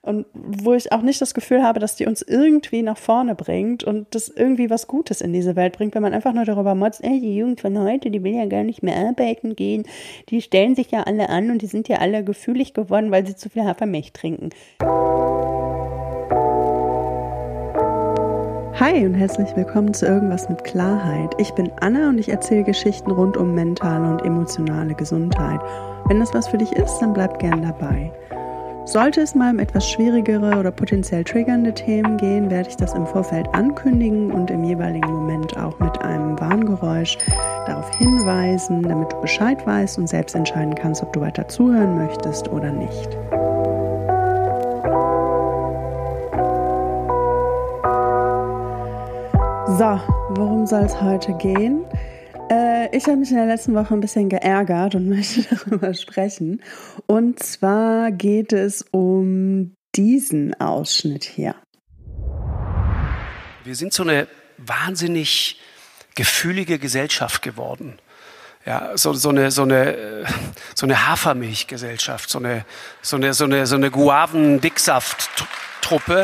und wo ich auch nicht das Gefühl habe, dass die uns irgendwie nach vorne bringt und das irgendwie was Gutes in diese Welt bringt, wenn man einfach nur darüber motzt, die Jugend von heute, die will ja gar nicht mehr arbeiten gehen, die stellen sich ja alle an und die sind ja alle gefühlig geworden, weil sie zu viel Hafermilch trinken. Hi und herzlich willkommen zu Irgendwas mit Klarheit. Ich bin Anna und ich erzähle Geschichten rund um mentale und emotionale Gesundheit. Wenn das was für dich ist, dann bleib gern dabei. Sollte es mal um etwas schwierigere oder potenziell triggernde Themen gehen, werde ich das im Vorfeld ankündigen und im jeweiligen Moment auch mit einem Warngeräusch darauf hinweisen, damit du Bescheid weißt und selbst entscheiden kannst, ob du weiter zuhören möchtest oder nicht. So, worum soll es heute gehen? Ich habe mich in der letzten Woche ein bisschen geärgert und möchte darüber sprechen. Und zwar geht es um diesen Ausschnitt hier. Wir sind so eine wahnsinnig gefühlige Gesellschaft geworden. Ja, so eine Hafermilchgesellschaft, so eine Guaven-Dicksaft-Truppe.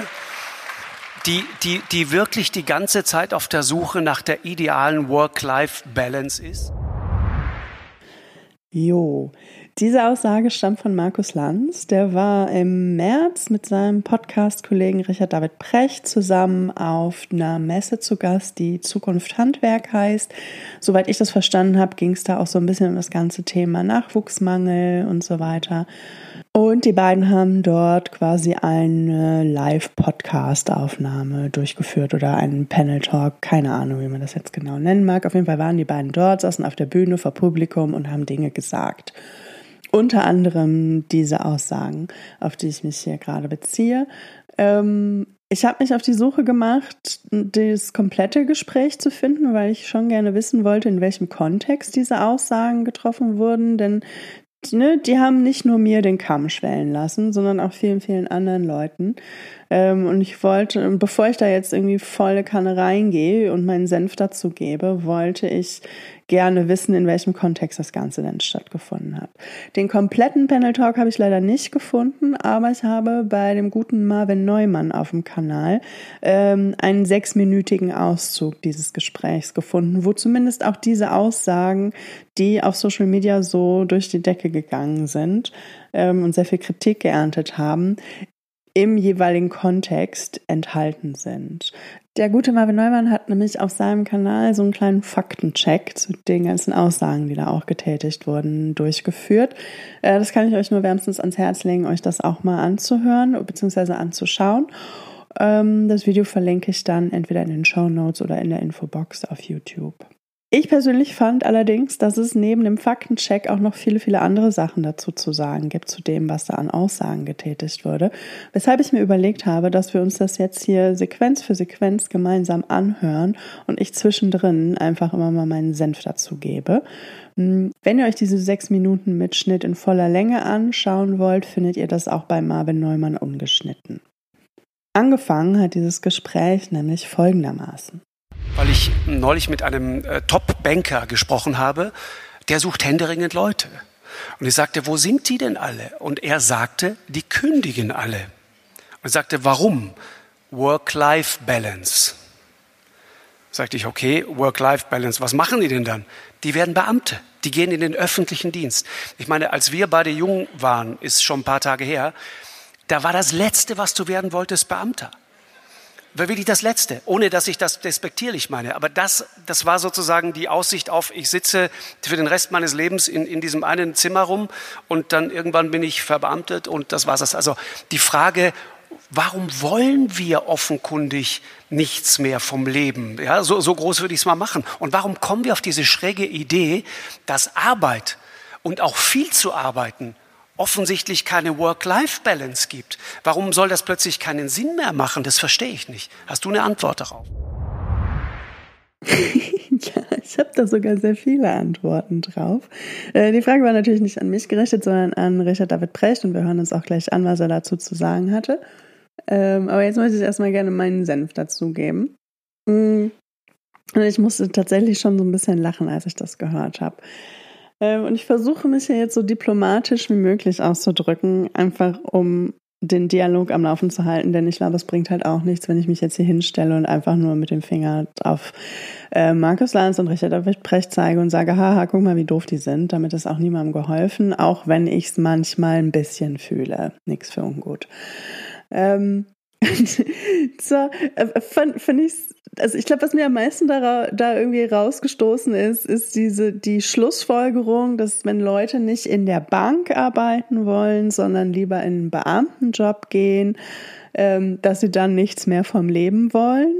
Die wirklich die ganze Zeit auf der Suche nach der idealen Work-Life-Balance ist? Jo, diese Aussage stammt von Markus Lanz. Der war im März mit seinem Podcast-Kollegen Richard David Precht zusammen auf einer Messe zu Gast, die Zukunft Handwerk heißt. Soweit ich das verstanden habe, ging es da auch so ein bisschen um das ganze Thema Nachwuchsmangel und so weiter. Und die beiden haben dort quasi eine Live-Podcast-Aufnahme durchgeführt oder einen Panel-Talk, keine Ahnung, wie man das jetzt genau nennen mag. Auf jeden Fall waren die beiden dort, saßen auf der Bühne vor Publikum und haben Dinge gesagt. Unter anderem diese Aussagen, auf die ich mich hier gerade beziehe. Ich habe mich auf die Suche gemacht, das komplette Gespräch zu finden, weil ich schon gerne wissen wollte, in welchem Kontext diese Aussagen getroffen wurden, denn die haben nicht nur mir den Kamm schwellen lassen, sondern auch vielen, vielen anderen Leuten. Und ich wollte, bevor ich da jetzt irgendwie volle Kanne reingehe und meinen Senf dazu gebe, wollte ich gerne wissen, in welchem Kontext das Ganze denn stattgefunden hat. Den kompletten Panel-Talk habe ich leider nicht gefunden, aber ich habe bei dem guten Marvin Neumann auf dem Kanal einen 6-minütigen Auszug dieses Gesprächs gefunden, wo zumindest auch diese Aussagen, die auf Social Media so durch die Decke gegangen sind und sehr viel Kritik geerntet haben, im jeweiligen Kontext enthalten sind. Der gute Marvin Neumann hat nämlich auf seinem Kanal so einen kleinen Faktencheck zu den ganzen Aussagen, die da auch getätigt wurden, durchgeführt. Das kann ich euch nur wärmstens ans Herz legen, euch das auch mal anzuhören bzw. anzuschauen. Das Video verlinke ich dann entweder in den Shownotes oder in der Infobox auf YouTube. Ich persönlich fand allerdings, dass es neben dem Faktencheck auch noch viele, viele andere Sachen dazu zu sagen gibt, zu dem, was da an Aussagen getätigt wurde. Weshalb ich mir überlegt habe, dass wir uns das jetzt hier Sequenz für Sequenz gemeinsam anhören und ich zwischendrin einfach immer mal meinen Senf dazu gebe. Wenn ihr euch diese 6-Minuten-Mitschnitt in voller Länge anschauen wollt, findet ihr das auch bei Marvin Neumann ungeschnitten. Angefangen hat dieses Gespräch nämlich folgendermaßen. Weil ich neulich mit einem Top-Banker gesprochen habe, der sucht händeringend Leute. Und ich sagte, wo sind die denn alle? Und er sagte, die kündigen alle. Und ich sagte, warum? Work-Life-Balance. Sagte ich, okay, Work-Life-Balance, was machen die denn dann? Die werden Beamte, die gehen in den öffentlichen Dienst. Ich meine, als wir beide jung waren, ist schon ein paar Tage her, da war das Letzte, was du werden wolltest, Beamter. War wirklich das Letzte, ohne dass ich das despektierlich meine. Aber das war sozusagen die Aussicht auf, ich sitze für den Rest meines Lebens in diesem einen Zimmer rum und dann irgendwann bin ich verbeamtet und das war's. Also die Frage, warum wollen wir offenkundig nichts mehr vom Leben? Ja, so groß würde ich es mal machen. Und warum kommen wir auf diese schräge Idee, dass Arbeit und auch viel zu arbeiten offensichtlich keine Work-Life-Balance gibt? Warum soll das plötzlich keinen Sinn mehr machen? Das verstehe ich nicht. Hast du eine Antwort darauf? Ja, ich habe da sogar sehr viele Antworten drauf. Die Frage war natürlich nicht an mich gerichtet, sondern an Richard David Precht und wir hören uns auch gleich an, was er dazu zu sagen hatte. Aber jetzt möchte ich erstmal gerne meinen Senf dazu geben. Und ich musste tatsächlich schon so ein bisschen lachen, als ich das gehört habe. Und ich versuche mich hier jetzt so diplomatisch wie möglich auszudrücken, einfach um den Dialog am Laufen zu halten, denn ich glaube, es bringt halt auch nichts, wenn ich mich jetzt hier hinstelle und einfach nur mit dem Finger auf Markus Lanz und Richard David Precht zeige und sage, haha, guck mal, wie doof die sind. Damit ist auch niemandem geholfen, auch wenn ich es manchmal ein bisschen fühle. Nix für ungut. So, finde ich, also ich glaube, was mir am meisten da irgendwie rausgestoßen ist die Schlussfolgerung, dass wenn Leute nicht in der Bank arbeiten wollen, sondern lieber in einen Beamtenjob gehen, dass sie dann nichts mehr vom Leben wollen.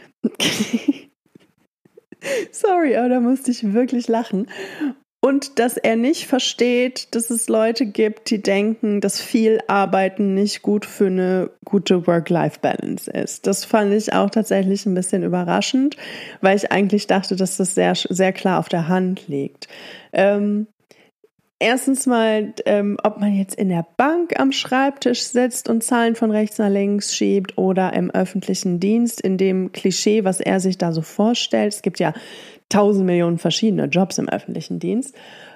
Sorry, aber da musste ich wirklich lachen. Und dass er nicht versteht, dass es Leute gibt, die denken, dass viel Arbeiten nicht gut für eine gute Work-Life-Balance ist. Das fand ich auch tatsächlich ein bisschen überraschend, weil ich eigentlich dachte, dass das sehr, sehr klar auf der Hand liegt. Erstens mal, ob man jetzt in der Bank am Schreibtisch sitzt und Zahlen von rechts nach links schiebt oder im öffentlichen Dienst, in dem Klischee, was er sich da so vorstellt. Es gibt ja 1000 Millionen verschiedene Jobs im öffentlichen Dienst.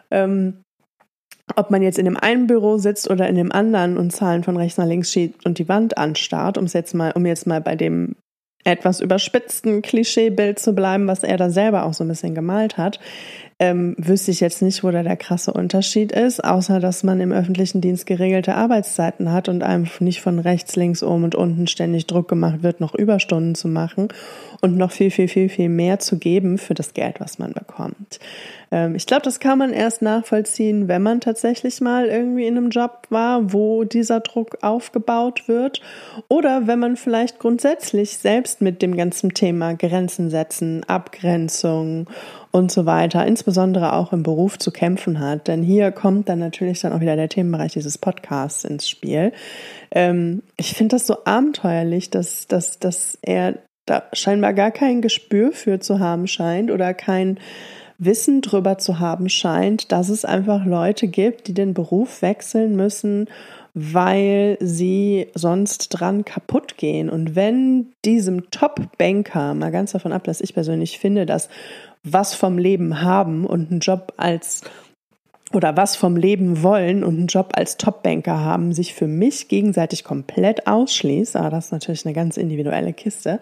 Ob man jetzt in dem einen Büro sitzt oder in dem anderen und Zahlen von rechts nach links schiebt und die Wand anstarrt, um jetzt mal bei dem etwas überspitzten Klischeebild zu bleiben, was er da selber auch so ein bisschen gemalt hat, wüsste ich jetzt nicht, wo da der krasse Unterschied ist, außer dass man im öffentlichen Dienst geregelte Arbeitszeiten hat und einem nicht von rechts, links, oben und unten ständig Druck gemacht wird, noch Überstunden zu machen und noch viel, viel, viel, viel mehr zu geben für das Geld, was man bekommt. Ich glaube, das kann man erst nachvollziehen, wenn man tatsächlich mal irgendwie in einem Job war, wo dieser Druck aufgebaut wird, oder wenn man vielleicht grundsätzlich selbst mit dem ganzen Thema Grenzen setzen, Abgrenzung und so weiter, insbesondere auch im Beruf zu kämpfen hat. Denn hier kommt dann natürlich dann auch wieder der Themenbereich dieses Podcasts ins Spiel. Ich finde das so abenteuerlich, dass er da scheinbar gar kein Gespür für zu haben scheint oder kein Wissen drüber zu haben scheint, dass es einfach Leute gibt, die den Beruf wechseln müssen, weil sie sonst dran kaputt gehen. Und wenn diesem Top-Banker, mal ganz davon ab, dass ich persönlich finde, dass was vom Leben haben und einen Job oder was vom Leben wollen und einen Job als Top-Banker haben, sich für mich gegenseitig komplett ausschließt, aber das ist natürlich eine ganz individuelle Kiste,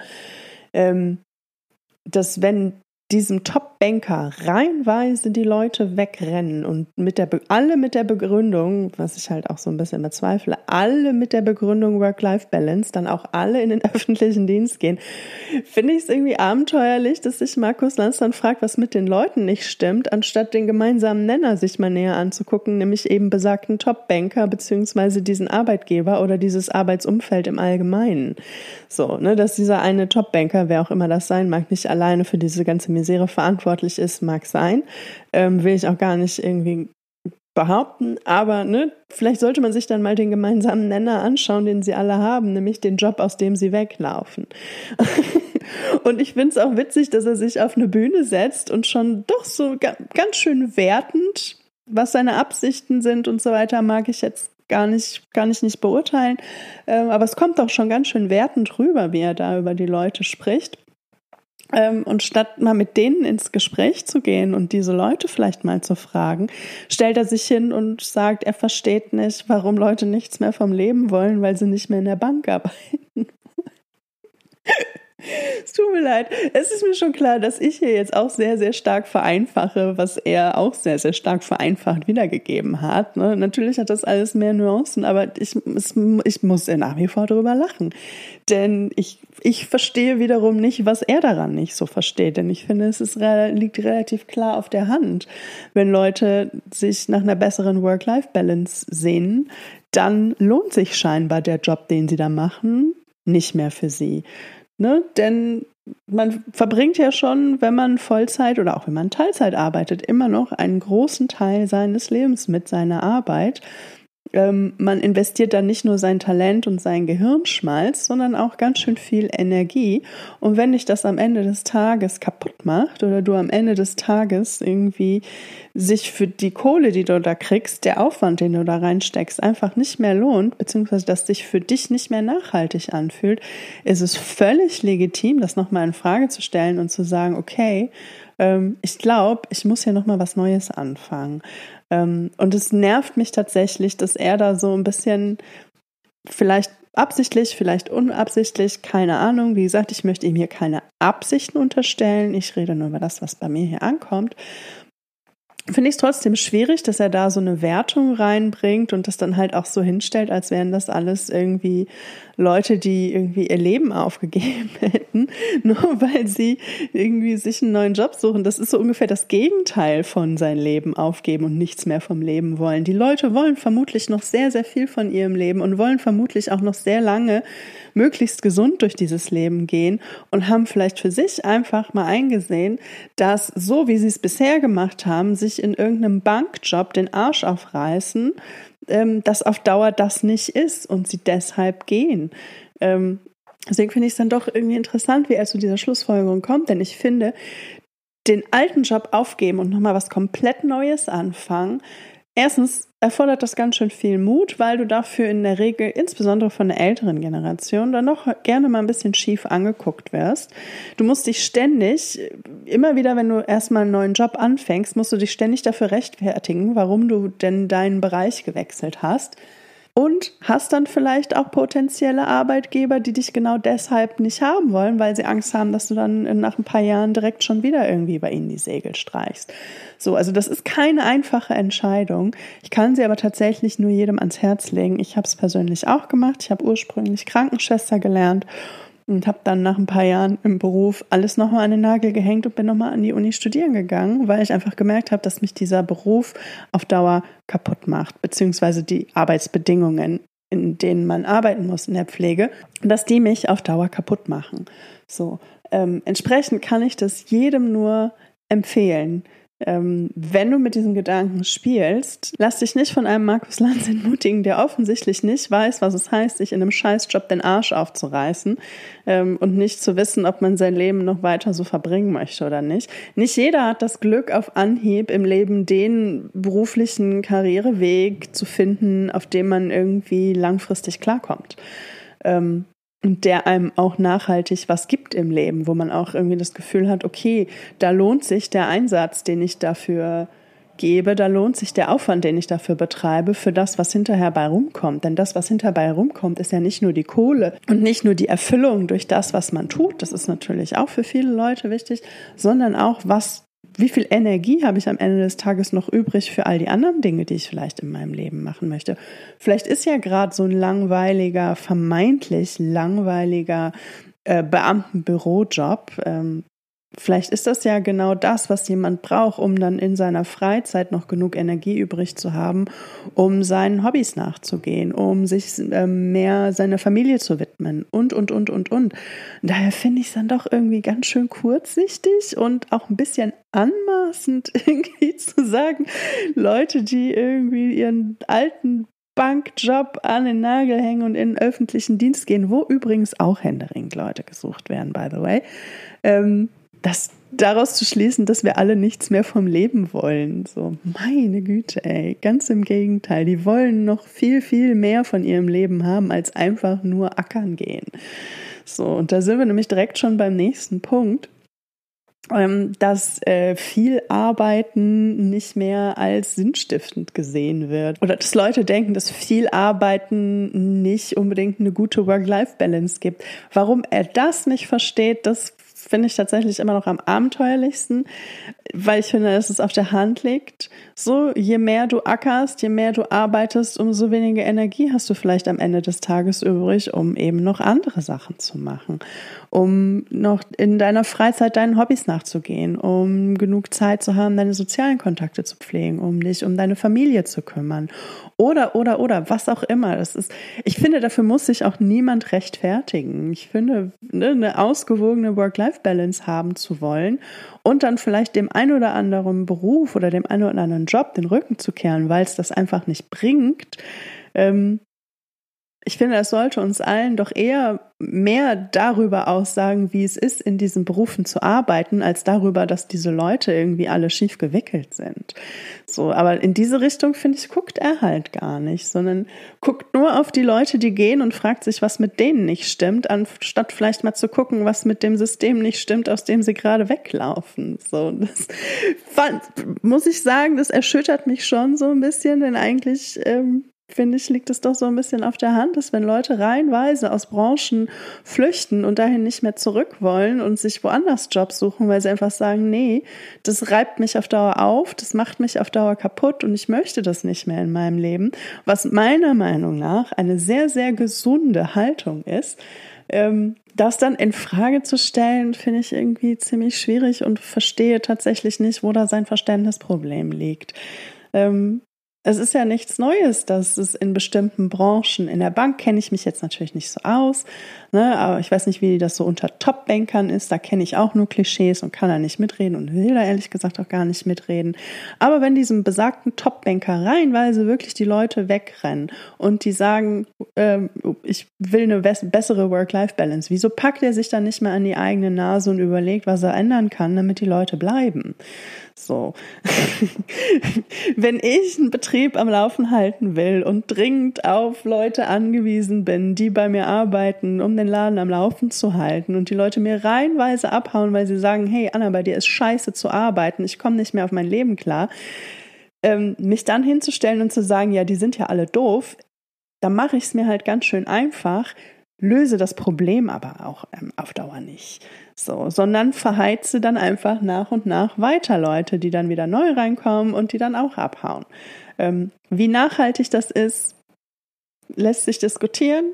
dass wenn diesem Top-Banker reihenweise die Leute wegrennen und alle mit der Begründung, was ich halt auch so ein bisschen bezweifle, alle mit der Begründung Work-Life-Balance, dann auch alle in den öffentlichen Dienst gehen, finde ich es irgendwie abenteuerlich, dass sich Markus Lanz dann fragt, was mit den Leuten nicht stimmt, anstatt den gemeinsamen Nenner sich mal näher anzugucken, nämlich eben besagten Top-Banker beziehungsweise diesen Arbeitgeber oder dieses Arbeitsumfeld im Allgemeinen. So, ne, dass dieser eine Top-Banker, wer auch immer das sein mag, nicht alleine für diese ganze Misere verantwortlich ist, mag sein. Will ich auch gar nicht irgendwie behaupten, aber ne, vielleicht sollte man sich dann mal den gemeinsamen Nenner anschauen, den sie alle haben, nämlich den Job, aus dem sie weglaufen. Und ich finde es auch witzig, dass er sich auf eine Bühne setzt und schon doch so ganz schön wertend, was seine Absichten sind und so weiter, mag ich jetzt kann ich nicht beurteilen, aber es kommt auch schon ganz schön wertend rüber, wie er da über die Leute spricht. Und statt mal mit denen ins Gespräch zu gehen und diese Leute vielleicht mal zu fragen, stellt er sich hin und sagt, er versteht nicht, warum Leute nichts mehr vom Leben wollen, weil sie nicht mehr in der Bank arbeiten. Es tut mir leid. Es ist mir schon klar, dass ich hier jetzt auch sehr, sehr stark vereinfache, was er auch sehr, sehr stark vereinfacht wiedergegeben hat. Ne? Natürlich hat das alles mehr Nuancen, aber ich muss nach wie vor darüber lachen. Denn ich verstehe wiederum nicht, was er daran nicht so versteht. Denn ich finde, liegt relativ klar auf der Hand. Wenn Leute sich nach einer besseren Work-Life-Balance sehnen, dann lohnt sich scheinbar der Job, den sie da machen, nicht mehr für sie. Ne? Denn man verbringt ja schon, wenn man Vollzeit oder auch wenn man Teilzeit arbeitet, immer noch einen großen Teil seines Lebens mit seiner Arbeit. Man investiert dann nicht nur sein Talent und sein Gehirnschmalz, sondern auch ganz schön viel Energie. Und wenn dich das am Ende des Tages kaputt macht oder du am Ende des Tages irgendwie sich für die Kohle, die du da kriegst, der Aufwand, den du da reinsteckst, einfach nicht mehr lohnt, beziehungsweise dass sich für dich nicht mehr nachhaltig anfühlt, ist es völlig legitim, das nochmal in Frage zu stellen und zu sagen, okay, ich glaube, ich muss hier nochmal was Neues anfangen. Und es nervt mich tatsächlich, dass er da so ein bisschen Vielleicht absichtlich, vielleicht unabsichtlich, keine Ahnung. Wie gesagt, ich möchte ihm hier keine Absichten unterstellen. Ich rede nur über das, was bei mir hier ankommt. Finde ich es trotzdem schwierig, dass er da so eine Wertung reinbringt und das dann halt auch so hinstellt, als wären das alles irgendwie Leute, die irgendwie ihr Leben aufgegeben hätten, nur weil sie irgendwie sich einen neuen Job suchen. Das ist so ungefähr das Gegenteil von sein Leben aufgeben und nichts mehr vom Leben wollen. Die Leute wollen vermutlich noch sehr, sehr viel von ihrem Leben und wollen vermutlich auch noch sehr lange möglichst gesund durch dieses Leben gehen und haben vielleicht für sich einfach mal eingesehen, dass so wie sie es bisher gemacht haben, sich in irgendeinem Bankjob den Arsch aufreißen, dass auf Dauer das nicht ist und sie deshalb gehen. Deswegen finde ich es dann doch irgendwie interessant, wie er zu dieser Schlussfolgerung kommt, denn ich finde, den alten Job aufgeben und nochmal was komplett Neues anfangen, erstens erfordert das ganz schön viel Mut, weil du dafür in der Regel, insbesondere von der älteren Generation, dann noch gerne mal ein bisschen schief angeguckt wirst. Du musst dich ständig, immer wieder, wenn du erstmal einen neuen Job anfängst, musst du dich ständig dafür rechtfertigen, warum du denn deinen Bereich gewechselt hast. Und hast dann vielleicht auch potenzielle Arbeitgeber, die dich genau deshalb nicht haben wollen, weil sie Angst haben, dass du dann nach ein paar Jahren direkt schon wieder irgendwie bei ihnen die Segel streichst. So, also das ist keine einfache Entscheidung. Ich kann sie aber tatsächlich nur jedem ans Herz legen. Ich habe es persönlich auch gemacht. Ich habe ursprünglich Krankenschwester gelernt und habe dann nach ein paar Jahren im Beruf alles nochmal an den Nagel gehängt und bin nochmal an die Uni studieren gegangen, weil ich einfach gemerkt habe, dass mich dieser Beruf auf Dauer kaputt macht, beziehungsweise die Arbeitsbedingungen, in denen man arbeiten muss in der Pflege, dass die mich auf Dauer kaputt machen. So, entsprechend kann ich das jedem nur empfehlen. Wenn du mit diesen Gedanken spielst, lass dich nicht von einem Markus Lanz entmutigen, der offensichtlich nicht weiß, was es heißt, sich in einem Scheißjob den Arsch aufzureißen und nicht zu wissen, ob man sein Leben noch weiter so verbringen möchte oder nicht. Nicht jeder hat das Glück, auf Anhieb im Leben den beruflichen Karriereweg zu finden, auf dem man irgendwie langfristig klarkommt. Und der einem auch nachhaltig was gibt im Leben, wo man auch irgendwie das Gefühl hat, okay, da lohnt sich der Einsatz, den ich dafür gebe, da lohnt sich der Aufwand, den ich dafür betreibe, für das, was hinterher bei rumkommt. Denn das, was hinterher bei rumkommt, ist ja nicht nur die Kohle und nicht nur die Erfüllung durch das, was man tut, das ist natürlich auch für viele Leute wichtig, sondern auch, wie viel Energie habe ich am Ende des Tages noch übrig für all die anderen Dinge, die ich vielleicht in meinem Leben machen möchte. Vielleicht ist ja gerade so ein vermeintlich langweiliger Beamtenbürojob. Vielleicht ist das ja genau das, was jemand braucht, um dann in seiner Freizeit noch genug Energie übrig zu haben, um seinen Hobbys nachzugehen, um sich mehr seiner Familie zu widmen und. Daher finde ich es dann doch irgendwie ganz schön kurzsichtig und auch ein bisschen anmaßend irgendwie zu sagen, Leute, die irgendwie ihren alten Bankjob an den Nagel hängen und in den öffentlichen Dienst gehen, wo übrigens auch händeringend Leute gesucht werden, by the way, daraus zu schließen, dass wir alle nichts mehr vom Leben wollen. So, meine Güte, ey, ganz im Gegenteil. Die wollen noch viel, viel mehr von ihrem Leben haben, als einfach nur ackern gehen. So, und da sind wir nämlich direkt schon beim nächsten Punkt, dass viel Arbeiten nicht mehr als sinnstiftend gesehen wird. Oder dass Leute denken, dass viel Arbeiten nicht unbedingt eine gute Work-Life-Balance gibt. Warum er das nicht versteht, das finde ich tatsächlich immer noch am abenteuerlichsten, weil ich finde, dass es auf der Hand liegt. So, je mehr du ackerst, je mehr du arbeitest, umso weniger Energie hast du vielleicht am Ende des Tages übrig, um eben noch andere Sachen zu machen, um noch in deiner Freizeit deinen Hobbys nachzugehen, um genug Zeit zu haben, deine sozialen Kontakte zu pflegen, um dich um deine Familie zu kümmern oder, was auch immer. Ich finde, dafür muss sich auch niemand rechtfertigen. Ich finde, eine ausgewogene Work-Life-Balance haben zu wollen und dann vielleicht dem einen oder anderen Beruf oder dem einen oder anderen Job den Rücken zu kehren, weil es das einfach nicht bringt. Ich finde, das sollte uns allen doch eher mehr darüber aussagen, wie es ist, in diesen Berufen zu arbeiten, als darüber, dass diese Leute irgendwie alle schief gewickelt sind. So, aber in diese Richtung, finde ich, guckt er halt gar nicht, sondern guckt nur auf die Leute, die gehen und fragt sich, was mit denen nicht stimmt, anstatt vielleicht mal zu gucken, was mit dem System nicht stimmt, aus dem sie gerade weglaufen. So, das muss ich sagen, das erschüttert mich schon so ein bisschen, denn eigentlich finde ich, liegt es doch so ein bisschen auf der Hand, dass wenn Leute reihenweise aus Branchen flüchten und dahin nicht mehr zurück wollen und sich woanders Jobs suchen, weil sie einfach sagen, nee, das reibt mich auf Dauer auf, das macht mich auf Dauer kaputt und ich möchte das nicht mehr in meinem Leben, was meiner Meinung nach eine sehr, sehr gesunde Haltung ist. Das dann in Frage zu stellen, finde ich irgendwie ziemlich schwierig und verstehe tatsächlich nicht, wo da sein Verständnisproblem liegt. Es ist ja nichts Neues, dass es in bestimmten Branchen, in der Bank kenne ich mich jetzt natürlich nicht so aus, ne, aber ich weiß nicht, wie das so unter Top-Bankern ist, da kenne ich auch nur Klischees und kann da nicht mitreden und will da ehrlich gesagt auch gar nicht mitreden. Aber wenn diesem besagten Top-Banker reihenweise wirklich die Leute wegrennen und die sagen, ich will eine bessere Work-Life-Balance, wieso packt er sich dann nicht mehr an die eigene Nase und überlegt, was er ändern kann, damit die Leute bleiben? So. Wenn ich einen Betrieb am Laufen halten will und dringend auf Leute angewiesen bin, die bei mir arbeiten, um den Laden am Laufen zu halten und die Leute mir reihenweise abhauen, weil sie sagen, hey Anna, bei dir ist scheiße zu arbeiten, ich komme nicht mehr auf mein Leben klar, mich dann hinzustellen und zu sagen, ja, die sind ja alle doof, da mache ich es mir halt ganz schön einfach, löse das Problem aber auch auf Dauer nicht. So, sondern verheize dann einfach nach und nach weiter Leute, die dann wieder neu reinkommen und die dann auch abhauen. Wie nachhaltig das ist, lässt sich diskutieren.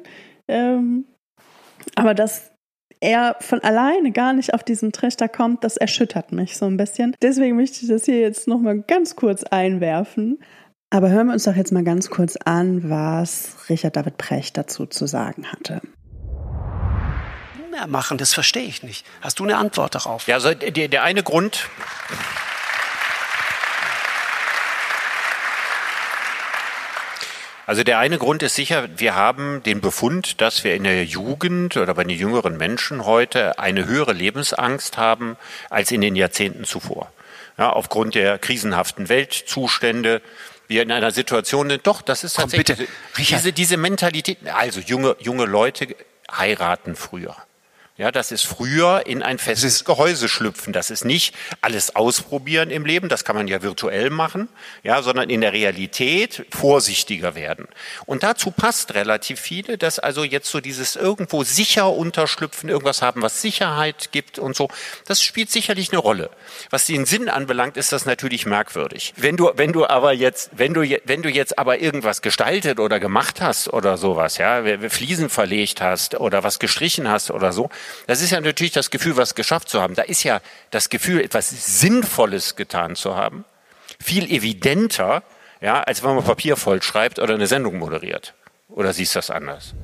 Aber dass er von alleine gar nicht auf diesen Trichter kommt, das erschüttert mich so ein bisschen. Deswegen möchte ich das hier jetzt nochmal ganz kurz einwerfen. Aber hören wir uns doch jetzt mal ganz kurz an, was Richard David Precht dazu zu sagen hatte. Mehr machen, das verstehe ich nicht. Hast du eine Antwort darauf? Ja, also der eine Grund... Also der eine Grund ist sicher, wir haben den Befund, dass wir in der Jugend oder bei den jüngeren Menschen heute eine höhere Lebensangst haben als in den Jahrzehnten zuvor. Ja, aufgrund der krisenhaften Weltzustände, wir in einer Situation sind, doch, das ist tatsächlich diese Mentalität, also junge Leute heiraten früher. Ja, das ist früher in ein festes Gehäuse schlüpfen. Das ist nicht alles ausprobieren im Leben, das kann man ja virtuell machen, ja, sondern in der Realität vorsichtiger werden. Und dazu passt relativ viele, dass also jetzt so dieses irgendwo sicher unterschlüpfen, irgendwas haben, was Sicherheit gibt und so, das spielt sicherlich eine Rolle. Was den Sinn anbelangt, ist das natürlich merkwürdig. Wenn du jetzt aber irgendwas gestaltet oder gemacht hast oder sowas, ja, Fliesen verlegt hast oder was gestrichen hast oder so, das ist ja natürlich das Gefühl, was geschafft zu haben. Da ist ja das Gefühl, etwas Sinnvolles getan zu haben, viel evidenter, ja, als wenn man Papier vollschreibt oder eine Sendung moderiert. Oder siehst du das anders?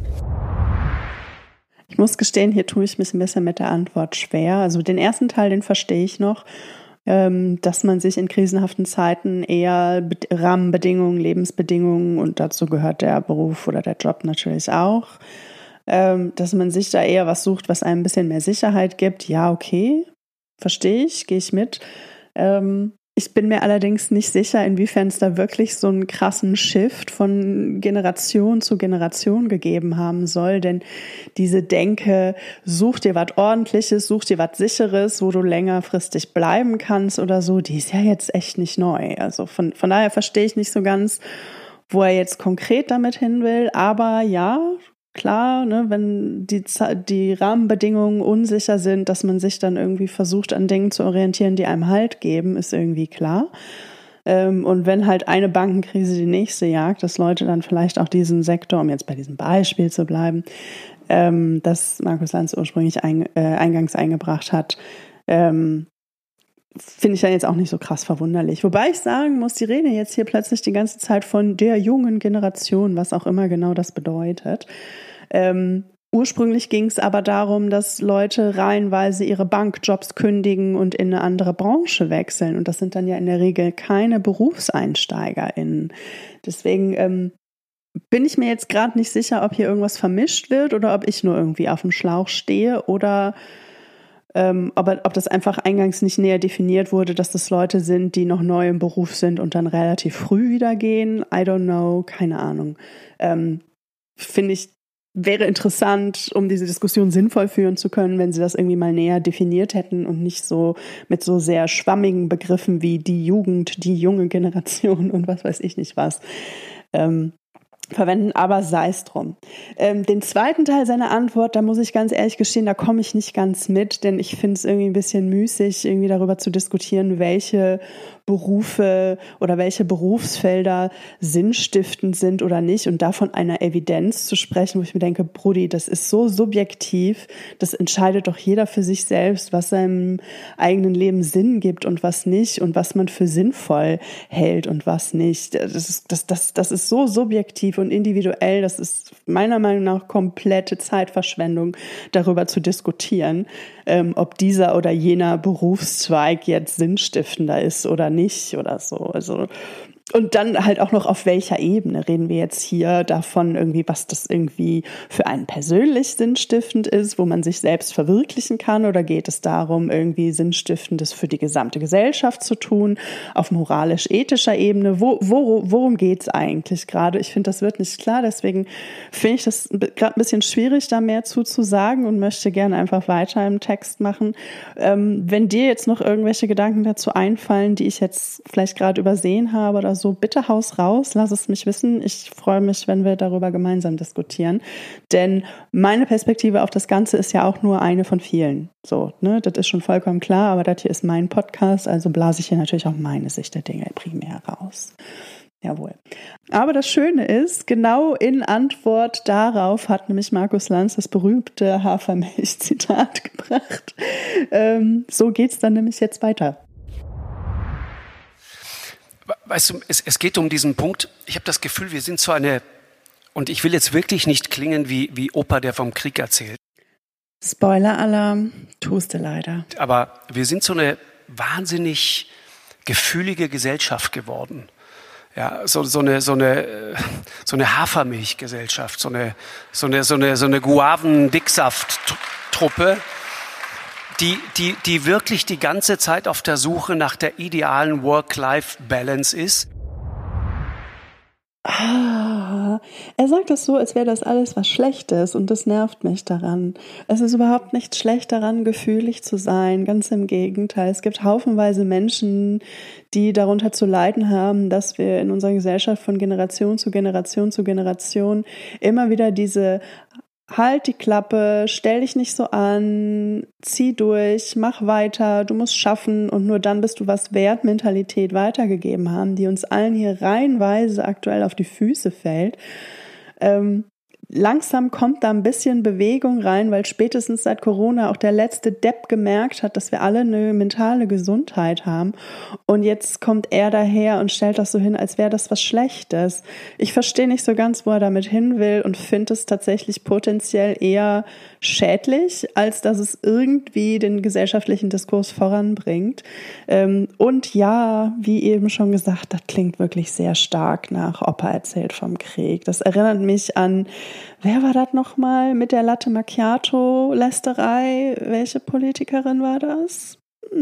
Ich muss gestehen, hier tue ich mich ein bisschen mit der Antwort schwer. Also den ersten Teil, den verstehe ich noch, dass man sich in krisenhaften Zeiten eher Rahmenbedingungen, Lebensbedingungen und dazu gehört der Beruf oder der Job natürlich auch, dass man sich da eher was sucht, was einem ein bisschen mehr Sicherheit gibt. Ja, okay, verstehe ich, gehe ich mit. Ich bin mir allerdings nicht sicher, inwiefern es da wirklich so einen krassen Shift von Generation zu Generation gegeben haben soll, denn diese Denke, such dir was Ordentliches, such dir was Sicheres, wo du längerfristig bleiben kannst oder so, die ist ja jetzt echt nicht neu. Also von daher verstehe ich nicht so ganz, wo er jetzt konkret damit hin will, aber ja, klar, ne, wenn die Rahmenbedingungen unsicher sind, dass man sich dann irgendwie versucht, an Dingen zu orientieren, die einem Halt geben, ist irgendwie klar. Und wenn halt eine Bankenkrise die nächste jagt, dass Leute dann vielleicht auch diesen Sektor, um jetzt bei diesem Beispiel zu bleiben, das Markus Lanz ursprünglich eingangs eingebracht hat, finde ich dann jetzt auch nicht so krass verwunderlich. Wobei ich sagen muss, die reden jetzt hier plötzlich die ganze Zeit von der jungen Generation, was auch immer genau das bedeutet. Ursprünglich ging es aber darum, dass Leute reihenweise ihre Bankjobs kündigen und in eine andere Branche wechseln. Und das sind dann ja in der Regel keine BerufseinsteigerInnen. Deswegen bin ich mir jetzt gerade nicht sicher, ob hier irgendwas vermischt wird oder ob ich nur irgendwie auf dem Schlauch stehe oder ob das einfach eingangs nicht näher definiert wurde, dass das Leute sind, die noch neu im Beruf sind und dann relativ früh wieder gehen. I don't know, keine Ahnung. Finde ich, wäre interessant, um diese Diskussion sinnvoll führen zu können, wenn sie das irgendwie mal näher definiert hätten und nicht so mit so sehr schwammigen Begriffen wie die Jugend, die junge Generation und was weiß ich nicht was. verwenden, aber sei es drum. Den zweiten Teil seiner Antwort, da muss ich ganz ehrlich gestehen, da komme ich nicht ganz mit, denn ich finde es irgendwie ein bisschen müßig, irgendwie darüber zu diskutieren, welche Berufe oder welche Berufsfelder sinnstiftend sind oder nicht und davon einer Evidenz zu sprechen, wo ich mir denke, Brudi, das ist so subjektiv, das entscheidet doch jeder für sich selbst, was seinem eigenen Leben Sinn gibt und was nicht und was man für sinnvoll hält und was nicht. Das ist so subjektiv und individuell, das ist meiner Meinung nach komplette Zeitverschwendung, darüber zu diskutieren, ob dieser oder jener Berufszweig jetzt sinnstiftender ist oder nicht oder so. Also und dann halt auch noch auf welcher Ebene reden wir jetzt hier davon irgendwie, was das irgendwie für einen persönlich sinnstiftend ist, wo man sich selbst verwirklichen kann, oder geht es darum, irgendwie Sinnstiftendes für die gesamte Gesellschaft zu tun, auf moralisch-ethischer Ebene? Worum geht's eigentlich gerade? Ich finde, das wird nicht klar, deswegen finde ich das gerade ein bisschen schwierig, da mehr zu sagen und möchte gerne einfach weiter im Text machen. Wenn dir jetzt noch irgendwelche Gedanken dazu einfallen, die ich jetzt vielleicht gerade übersehen habe oder so, bitte haus raus, lass es mich wissen. Ich freue mich, wenn wir darüber gemeinsam diskutieren. Denn meine Perspektive auf das Ganze ist ja auch nur eine von vielen. So, ne, das ist schon vollkommen klar, aber das hier ist mein Podcast, also blase ich hier natürlich auch meine Sicht der Dinge primär raus. Jawohl. Aber das Schöne ist, genau in Antwort darauf hat nämlich Markus Lanz das berühmte Hafermilch-Zitat gebracht. So geht's dann nämlich jetzt weiter. Weißt du, es geht um diesen Punkt, ich habe das Gefühl, wir sind so und ich will jetzt wirklich nicht klingen wie Opa, der vom Krieg erzählt. Spoiler-Alarm, tust du leider. Aber wir sind so eine wahnsinnig gefühlige Gesellschaft geworden. Ja, so eine Hafermilchgesellschaft, so eine Guaven-Dicksaft-Truppe, die wirklich die ganze Zeit auf der Suche nach der idealen Work-Life-Balance ist. Er sagt das so, als wäre das alles was Schlechtes, und das nervt mich daran. Es ist überhaupt nicht schlecht daran, gefühlig zu sein, ganz im Gegenteil. Es gibt haufenweise Menschen, die darunter zu leiden haben, dass wir in unserer Gesellschaft von Generation zu Generation zu Generation immer wieder diese halt die Klappe, stell dich nicht so an, zieh durch, mach weiter, du musst schaffen und nur dann bist du was wert Mentalität weitergegeben haben, die uns allen hier reihenweise aktuell auf die Füße fällt. Langsam kommt da ein bisschen Bewegung rein, weil spätestens seit Corona auch der letzte Depp gemerkt hat, dass wir alle eine mentale Gesundheit haben. Und jetzt kommt er daher und stellt das so hin, als wäre das was Schlechtes. Ich verstehe nicht so ganz, wo er damit hin will, und finde es tatsächlich potenziell eher schädlich, als dass es irgendwie den gesellschaftlichen Diskurs voranbringt. Und ja, wie eben schon gesagt, das klingt wirklich sehr stark nach Opa erzählt vom Krieg. Das erinnert mich an, wer war das nochmal mit der Latte Macchiato-Lästerei? Welche Politikerin war das?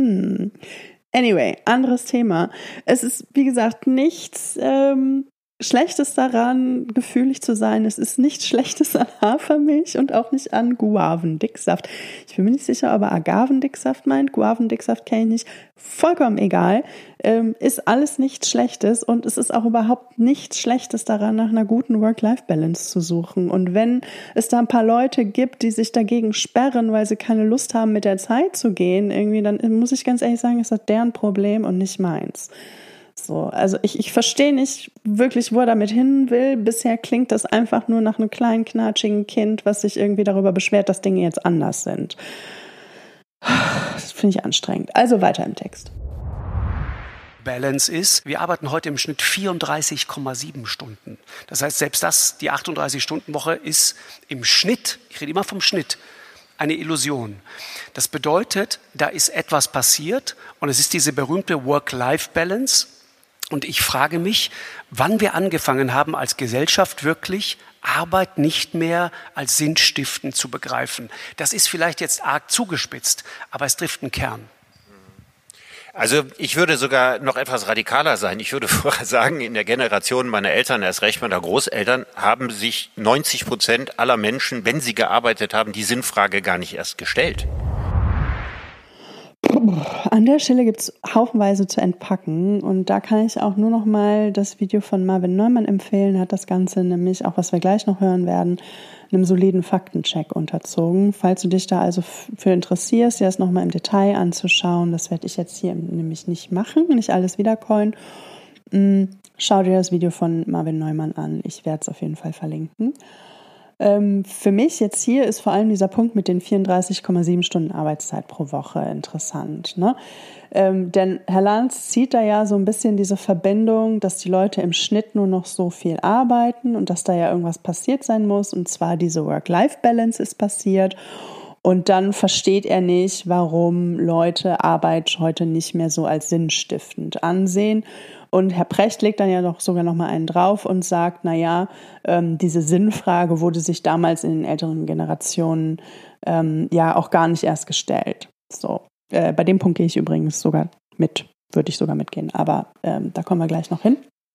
Anyway, anderes Thema. Es ist, wie gesagt, nichts Schlechtes daran, gefühlig zu sein. Es ist nichts Schlechtes an Hafermilch und auch nicht an Guavendicksaft. Ich bin mir nicht sicher, ob er Agavendicksaft meint. Guavendicksaft kenne ich nicht. Vollkommen egal. Ist alles nichts Schlechtes, und es ist auch überhaupt nichts Schlechtes daran, nach einer guten Work-Life-Balance zu suchen. Und wenn es da ein paar Leute gibt, die sich dagegen sperren, weil sie keine Lust haben, mit der Zeit zu gehen, irgendwie, dann muss ich ganz ehrlich sagen, ist das deren Problem und nicht meins. So, also ich verstehe nicht wirklich, wo er damit hin will. Bisher klingt das einfach nur nach einem kleinen, knatschigen Kind, was sich irgendwie darüber beschwert, dass Dinge jetzt anders sind. Das finde ich anstrengend. Also weiter im Text. Balance ist, wir arbeiten heute im Schnitt 34,7 Stunden. Das heißt, selbst die 38-Stunden-Woche ist im Schnitt, ich rede immer vom Schnitt, eine Illusion. Das bedeutet, da ist etwas passiert, und es ist diese berühmte Work-Life-Balance. Und ich frage mich, wann wir angefangen haben, als Gesellschaft wirklich Arbeit nicht mehr als sinnstiftend zu begreifen. Das ist vielleicht jetzt arg zugespitzt, aber es trifft einen Kern. Also ich würde sogar noch etwas radikaler sein. Ich würde vorher sagen, in der Generation meiner Eltern, erst recht meiner Großeltern, haben sich 90% aller Menschen, wenn sie gearbeitet haben, die Sinnfrage gar nicht erst gestellt. an der Stelle gibt es haufenweise zu entpacken und da kann ich auch nur noch mal das Video von Marvin Neumann empfehlen. Er hat das Ganze nämlich, auch was wir gleich noch hören werden, einem soliden Faktencheck unterzogen. Falls du dich da also für interessierst, dir das nochmal im Detail anzuschauen, das werde ich jetzt hier nämlich nicht machen, nicht alles wiedercoin. Schau dir das Video von Marvin Neumann an. Ich werde es auf jeden Fall verlinken. Für mich jetzt hier ist vor allem dieser Punkt mit den 34,7 Stunden Arbeitszeit pro Woche interessant, ne? Denn Herr Lanz zieht da ja so ein bisschen diese Verbindung, dass die Leute im Schnitt nur noch so viel arbeiten und dass da ja irgendwas passiert sein muss, und zwar diese Work-Life-Balance ist passiert. Und dann versteht er nicht, warum Leute Arbeit heute nicht mehr so als sinnstiftend ansehen. Und Herr Precht legt dann ja sogar noch mal einen drauf und sagt, diese Sinnfrage wurde sich damals in den älteren Generationen ja auch gar nicht erst gestellt. So, bei dem Punkt gehe ich übrigens sogar mit, würde ich sogar mitgehen, aber da kommen wir gleich noch hin.